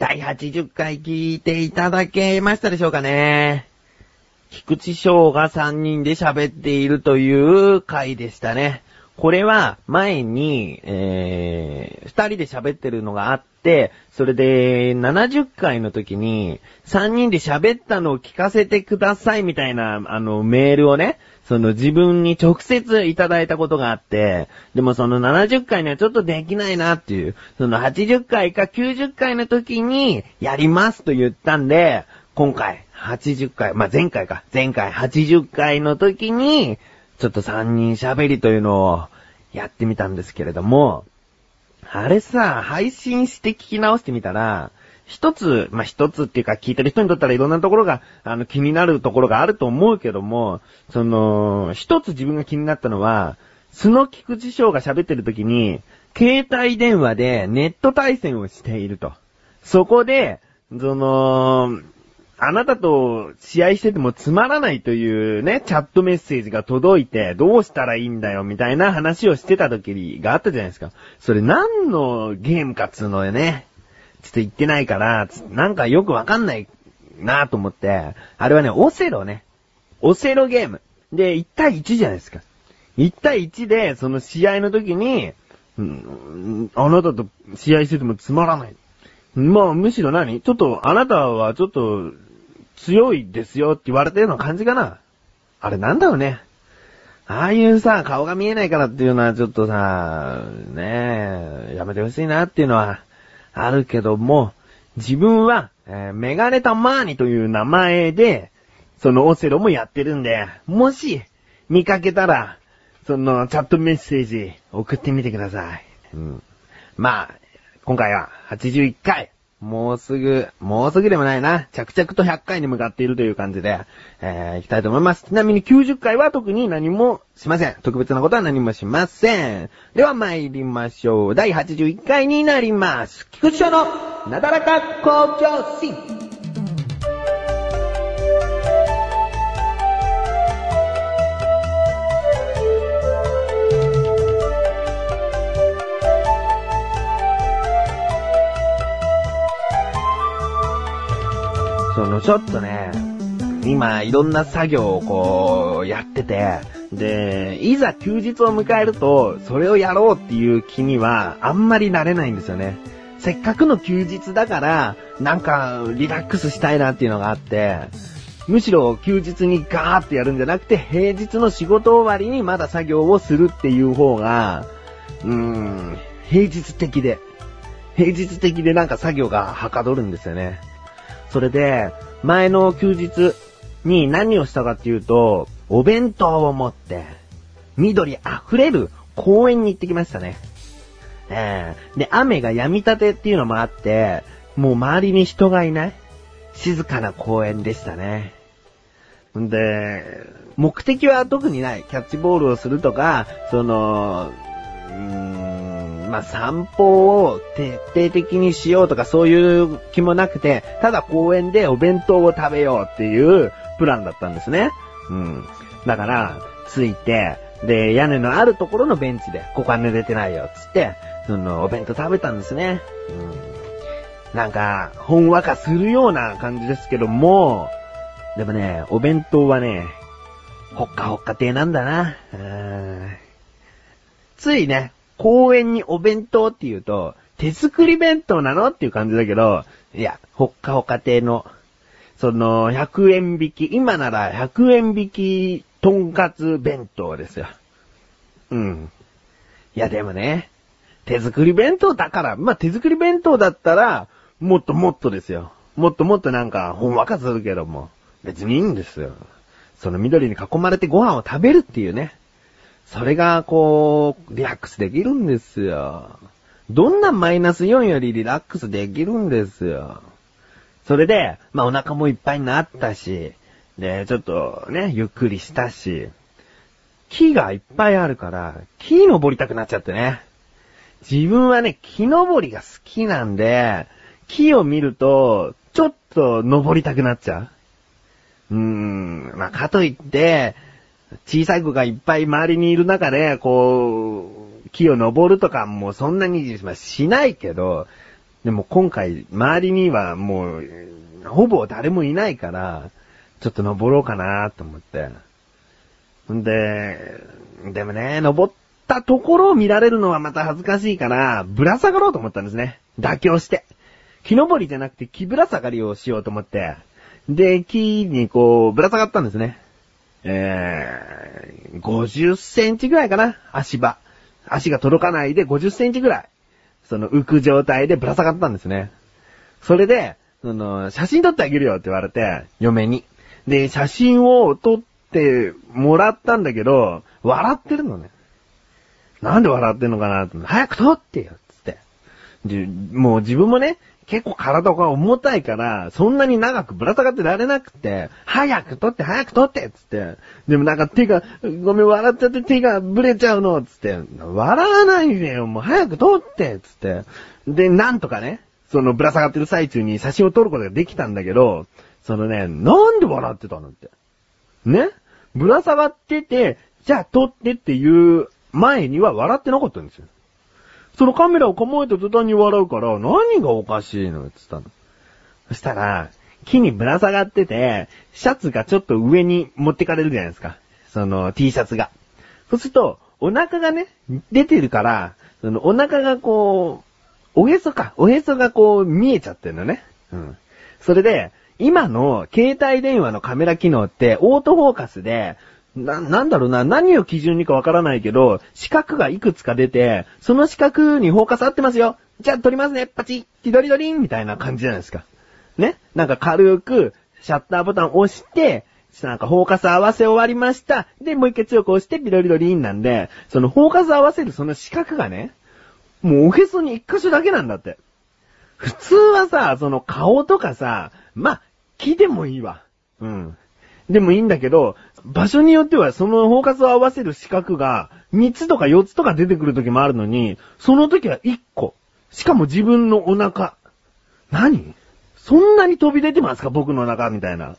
第80回聞いていただけましたでしょうかね。菊池翔が3人で喋っているという回でしたね。これは前に、2人で喋ってるのがあって、それで70回の時に3人で喋ったのを聞かせてくださいみたいなメールをね、自分に直接いただいたことがあって、でも70回にはちょっとできないなっていう、80回か90回の時にやりますと言ったんで、今回80回、前回80回の時に、ちょっと3人喋りというのをやってみたんですけれども、あれさ、配信して聞き直してみたら、一つっていうか聞いてる人にとったらいろんなところが、気になるところがあると思うけども、一つ自分が気になったのは、素の菊池翔が喋ってる時に、携帯電話でネット対戦をしていると。そこで、あなたと試合しててもつまらないというね、チャットメッセージが届いて、どうしたらいいんだよみたいな話をしてた時があったじゃないですか。それ何のゲームかっつうのよね。ちょっと言ってないから、なんかよくわかんないなと思って、あれはね、オセロゲーム。で、1対1じゃないですか。1対1で、その試合の時に、あなたと試合しててもつまらない。むしろちょっと、あなたはちょっと、強いですよって言われたような感じかな。あれなんだろうね。ああいうさ、顔が見えないからっていうのはちょっとさ、やめてほしいなっていうのは、あるけども、自分は、メガネタマーニという名前で、オセロもやってるんで、もし、見かけたら、チャットメッセージ、送ってみてください。今回は、81回。もうすぐでもないな。着々と100回に向かっているという感じで、行きたいと思います。ちなみに90回は特に何もしません。特別なことは何もしません。では参りましょう。第81回になります。菊池翔のなだらか向上心。ちょっとね、今いろんな作業をやってて、で、いざ休日を迎えると、それをやろうっていう気にはあんまりなれないんですよね。せっかくの休日だから、リラックスしたいなっていうのがあって、むしろ休日にガーってやるんじゃなくて、平日の仕事終わりにまだ作業をするっていう方が、平日的で作業がはかどるんですよね。それで、前の休日に何をしたかっていうと、お弁当を持って、緑溢れる公園に行ってきましたね。で、雨が止みたてっていうのもあって、もう周りに人がいない、静かな公園でしたね。で、目的は特にない。キャッチボールをするとか、散歩を徹底的にしようとかそういう気もなくて、ただ公園でお弁当を食べようっていうプランだったんですね。だから、着いて、で、屋根のあるところのベンチで、ここは濡れてないよ、つって、お弁当食べたんですね。ほんわかするような感じですけども、でもね、お弁当はね、ほっかほっか亭なんだな。ついね、公園にお弁当って言うと、手作り弁当なのっていう感じだけど、いや、ほっかほか亭の、100円引き、今なら100円引き、とんかつ弁当ですよ。いやでもね、手作り弁当だから、手作り弁当だったら、もっともっとですよ。もっともっとほんわかするけども、別にいいんですよ。緑に囲まれてご飯を食べるっていうね。それがリラックスできるんですよ。どんなマイナス4よりリラックスできるんですよ。それで、お腹もいっぱいになったし、で、ちょっとね、ゆっくりしたし、木がいっぱいあるから、木登りたくなっちゃってね。自分はね、木登りが好きなんで、木を見ると、ちょっと登りたくなっちゃう。かといって、小さい子がいっぱい周りにいる中で、木を登るとかもそんなにしないけど、 でも今回、周りにはもう、ほぼ誰もいないから、ちょっと登ろうかなと思って。んでもね、登ったところを見られるのはまた恥ずかしいから、ぶら下がろうと思ったんですね。妥協して。木登りじゃなくて木ぶら下がりをしようと思って。で、木にこう、ぶら下がったんですね。50センチぐらいかな、足場。足が届かないで50センチぐらい。浮く状態でぶら下がったんですね。それで、写真撮ってあげるよって言われて、嫁に。で、写真を撮ってもらったんだけど、笑ってるのね。なんで笑ってんのかなって。早く撮ってよっつって。で、もう自分もね、結構体が重たいから、そんなに長くぶら下がってられなくて、早く撮ってっつって。でもなんか手が、ごめん笑っちゃって手がブレちゃうのっつって。笑わないでよ、もう早く撮ってっつって。で、なんとかね、ぶら下がってる最中に写真を撮ることができたんだけど、なんで笑ってたのって。ね？ぶら下がってて、じゃあ撮ってっていう前には笑ってなかったんですよ。そのカメラを構えた途端に笑うから、何がおかしいのって言ったの。そしたら、木にぶら下がってて、シャツがちょっと上に持ってかれるじゃないですか。T シャツが。そうすると、お腹がね、出てるから、お腹がこう、おへそがこう見えちゃってるのね。うん。それで、今の携帯電話のカメラ機能ってオートフォーカスで、なんだろうな、何を基準にかわからないけど、四角がいくつか出て、その四角にフォーカス合ってますよ。じゃあ撮りますね、パチッ、ティドリドリンみたいな感じじゃないですか。ね？なんか軽く、シャッターボタンを押して、なんかフォーカス合わせ終わりました。で、もう一回強く押して、ティドリドリンなんで、フォーカス合わせるその四角がね、もうおへそに一箇所だけなんだって。普通はさ、顔とかさ、まあ、木でもいいわ。うん。でもいいんだけど、場所によってはそのフォーカスを合わせる四角が3つとか4つとか出てくる時もあるのに、その時は1個。しかも自分のお腹。何？そんなに飛び出てますか僕の中みたいな。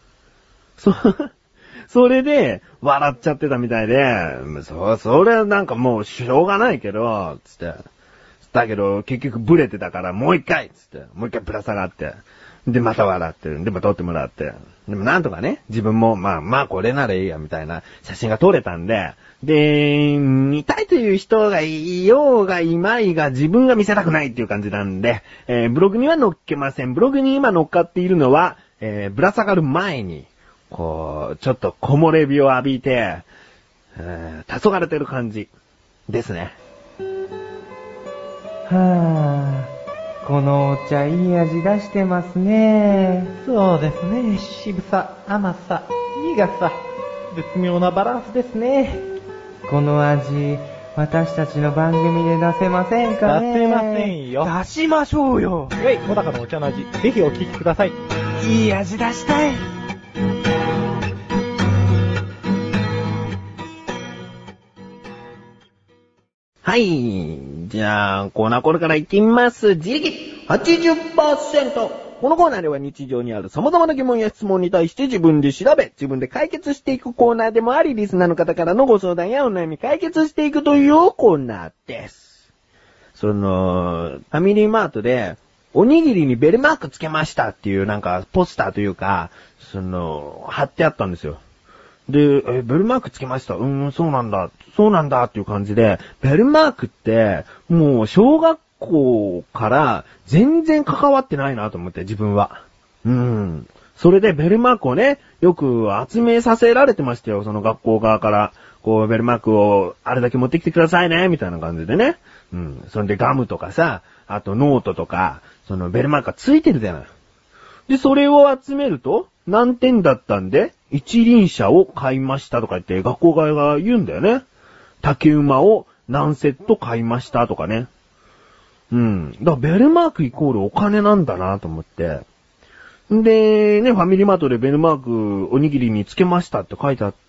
それで、笑っちゃってたみたいで、それはなんかもうしょうがないけど、つって。だけど、結局ブレてたからもう一回つって。もう一回ぶら下がって。で、また笑って。でも撮ってもらって。でもなんとかね、自分も、まあこれならいいや、みたいな写真が撮れたんで、で、見たいという人がいようがいまいが自分が見せたくないっていう感じなんで、ブログには載っけません。ブログに今載っかっているのは、ぶら下がる前に、こう、ちょっと木漏れ日を浴びて、黄昏てる感じですね。 はぁ、このお茶いい味出してますね。 そうですね。渋さ、甘さ、苦さ、絶妙なバランスですね。 この味、私たちの番組で出せませんかね。 出せませんよ。 出しましょうよ。 小高のお茶の味、ぜひお聞きください。 いい味出したい。 はい。じゃあ、コーナーこれから行きます。自力 80%。このコーナーでは日常にある様々な疑問や質問に対して自分で調べ、自分で解決していくコーナーでもあり、リスナーの方からのご相談やお悩み解決していくというコーナーです。ファミリーマートで、おにぎりにベルマークつけましたっていうなんかポスターというか、貼ってあったんですよ。で、ベルマークつけました。そうなんだっていう感じで、ベルマークって、もう小学校から全然関わってないなと思って、自分は。それでベルマークをね、よく集めさせられてましたよ、その学校側から。こう、ベルマークをあれだけ持ってきてくださいね、みたいな感じでね。それでガムとかさ、あとノートとか、ベルマークがついてるじゃない。で、それを集めると、何点だったんで、一輪車を買いましたとか言って学校側が言うんだよね。竹馬を何セット買いましたとかね。だからベルマークイコールお金なんだなと思って。で、ね、ファミリーマートでベルマークおにぎりにつけましたって書いてあって、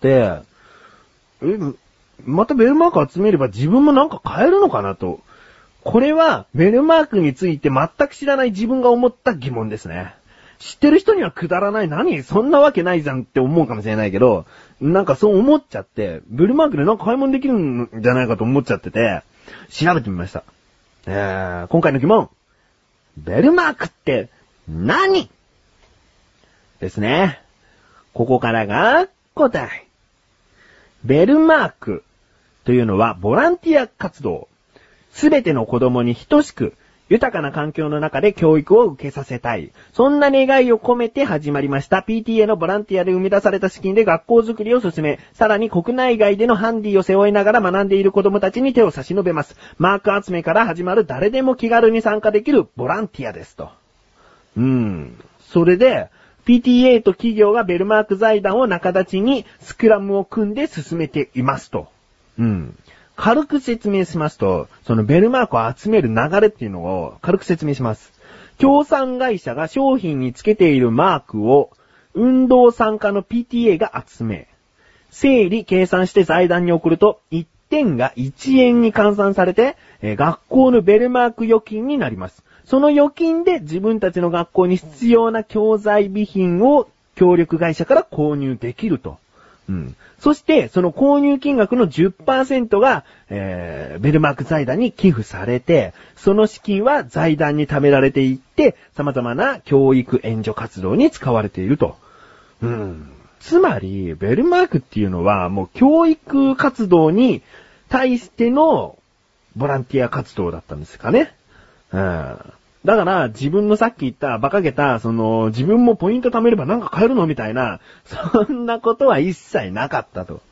またベルマーク集めれば自分もなんか買えるのかなと。これはベルマークについて全く知らない自分が思った疑問ですね。知ってる人にはくだらない。何？そんなわけないじゃんって思うかもしれないけど、なんかそう思っちゃって、ベルマークでなんか買い物できるんじゃないかと思っちゃってて、調べてみました。今回の疑問。 ベルマークって何？ですね。ここからが答え。ベルマークというのはボランティア活動。すべての子供に等しく豊かな環境の中で教育を受けさせたい。そんな願いを込めて始まりました PTA のボランティアで生み出された資金で学校づくりを進め、さらに国内外でのハンディを背負いながら学んでいる子供たちに手を差し伸べます。マーク集めから始まる誰でも気軽に参加できるボランティアですと。それで、PTA と企業がベルマーク財団を仲立ちにスクラムを組んで進めていますと。軽く説明しますと、そのベルマークを集める流れっていうのを軽く説明します。協賛会社が商品につけているマークを運動参加の PTA が集め、整理計算して財団に送ると1点が1円に換算されて、学校のベルマーク預金になります。その預金で自分たちの学校に必要な教材備品を協力会社から購入できると。そして、その購入金額の 10% が、ベルマーク財団に寄付されて、その資金は財団に貯められていって、様々な教育援助活動に使われていると。つまり、ベルマークっていうのは、もう教育活動に対してのボランティア活動だったんですかね。だから、自分のさっき言った馬鹿げた、自分もポイント貯めればなんか買えるのみたいな、そんなことは一切なかったと。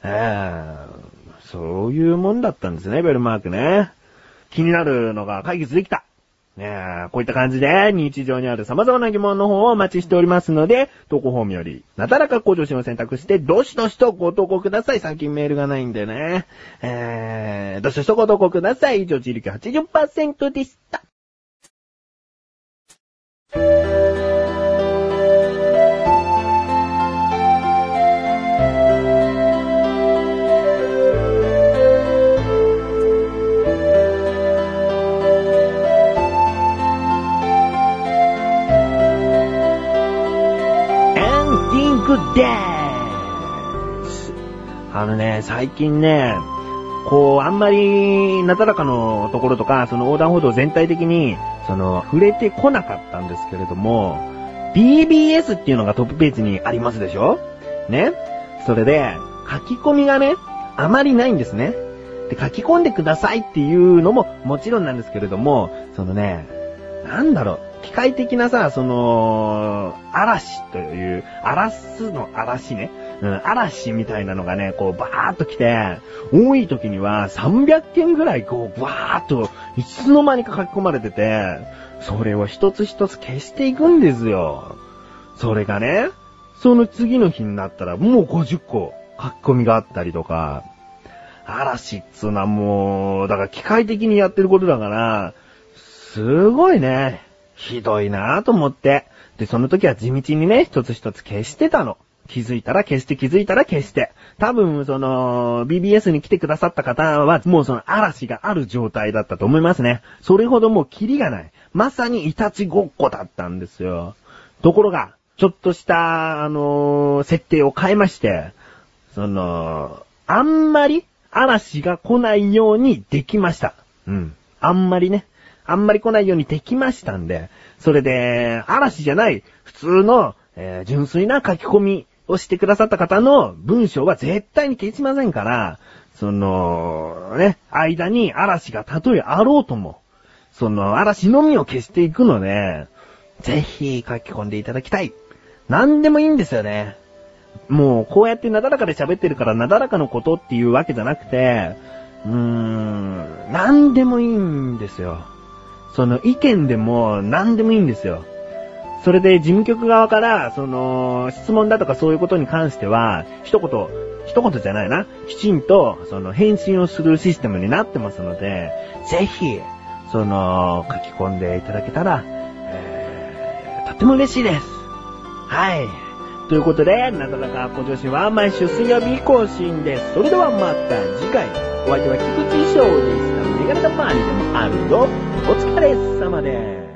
そういうもんだったんですね、ベルマークね。気になるのが解決できた。こういった感じで、日常にある様々な疑問の方をお待ちしておりますので、投稿フォームより、なだらか向上心を選択して、どしどしとご投稿ください。最近メールがないんでね。どしどしとご投稿ください。以上、自力 80% でした。最近ね、あんまり、なだらかのところとか、横断歩道全体的に、触れてこなかったんですけれども、BBS っていうのがトップページにありますでしょ？ね？それで、書き込みがね、あまりないんですね。で、書き込んでくださいっていうのももちろんなんですけれども、機械的なさ、嵐という、荒らすの嵐ね。嵐みたいなのがね、バーっと来て、多い時には300件ぐらいバーっと、いつの間にか書き込まれてて、それを一つ一つ消していくんですよ。それがね、その次の日になったらもう50個書き込みがあったりとか、嵐っつうのはもう、だから機械的にやってることだから、すごいね、ひどいなぁと思って。で、その時は地道にね、一つ一つ消してたの。気づいたら消して、気づいたら消して。多分、BBS に来てくださった方は、もう嵐がある状態だったと思いますね。それほどもうキリがない。まさにイタチごっこだったんですよ。ところが、ちょっとした、設定を変えまして、あんまり嵐が来ないようにできました。あんまり来ないようにできましたんで、それで、嵐じゃない、普通の、純粋な書き込みをしてくださった方の文章は絶対に消しませんから、間に嵐がたとえあろうとも、嵐のみを消していくので、ぜひ書き込んでいただきたい。何でもいいんですよね。もう、こうやってなだらかで喋ってるからなだらかのことっていうわけじゃなくて、何でもいいんですよ。意見でも何でもいいんですよ。それで事務局側から、質問だとかそういうことに関しては、一言じゃないな。きちんと、返信をするシステムになってますので、ぜひ、書き込んでいただけたら、とっても嬉しいです。はい。ということで、なだらか向上心は毎週水曜日更新です。それではまた次回、お相手は菊池翔でした。メガネたまわりでもあるよ。お疲れ様です。